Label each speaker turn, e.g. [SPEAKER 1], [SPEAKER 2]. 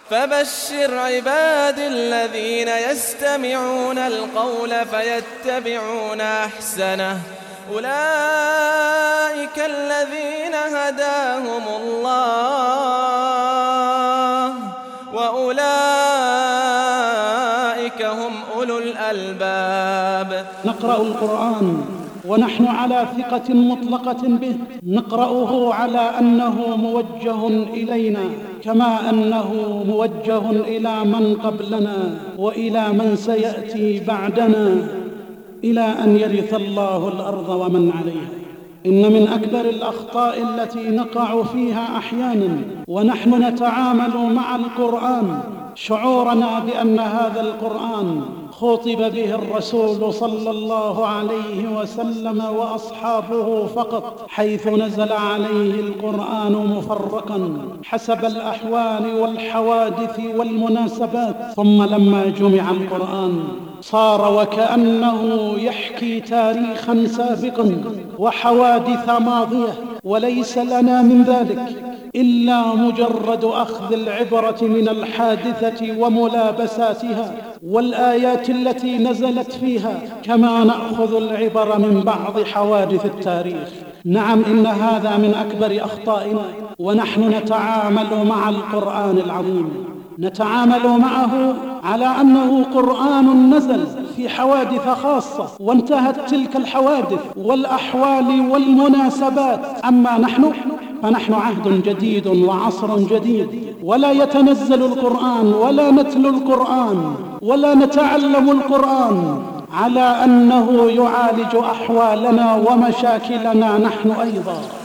[SPEAKER 1] فبشر عبادي الذين يستمعون القول فيتبعون أحسنه أولئك الذين هداهم الله وأولئك هم أولو الألباب.
[SPEAKER 2] نقرأ القرآن ونحن على ثقة مطلقة به، نقرأه على أنه موجه إلينا كما أنه موجه إلى من قبلنا وإلى من سيأتي بعدنا إلى أن يرث الله الأرض ومن عليها. إن من أكبر الأخطاء التي نقع فيها أحيانا ونحن نتعامل مع القرآن شعورنا بأن هذا القرآن خطب به الرسول صلى الله عليه وسلم وأصحابه فقط، حيث نزل عليه القرآن مفرقا حسب الأحوال والحوادث والمناسبات، ثم لما جمع القرآن صار وكأنه يحكي تاريخا سابقا وحوادث ماضية، وليس لنا من ذلك إلا مجرد أخذ العبرة من الحادثة وملابساتها والآيات التي نزلت فيها، كما نأخذ العبر من بعض حوادث التاريخ. نعم، إن هذا من أكبر أخطائنا، ونحن نتعامل مع القرآن العظيم، نتعامل معه على أنه قرآن نزل في حوادث خاصة وانتهت تلك الحوادث والأحوال والمناسبات. أما نحن فنحن عهد جديد وعصر جديد، ولا يتنزل القرآن ولا نتلو القرآن ولا نتعلم القرآن على أنه يعالج أحوالنا ومشاكلنا نحن أيضا.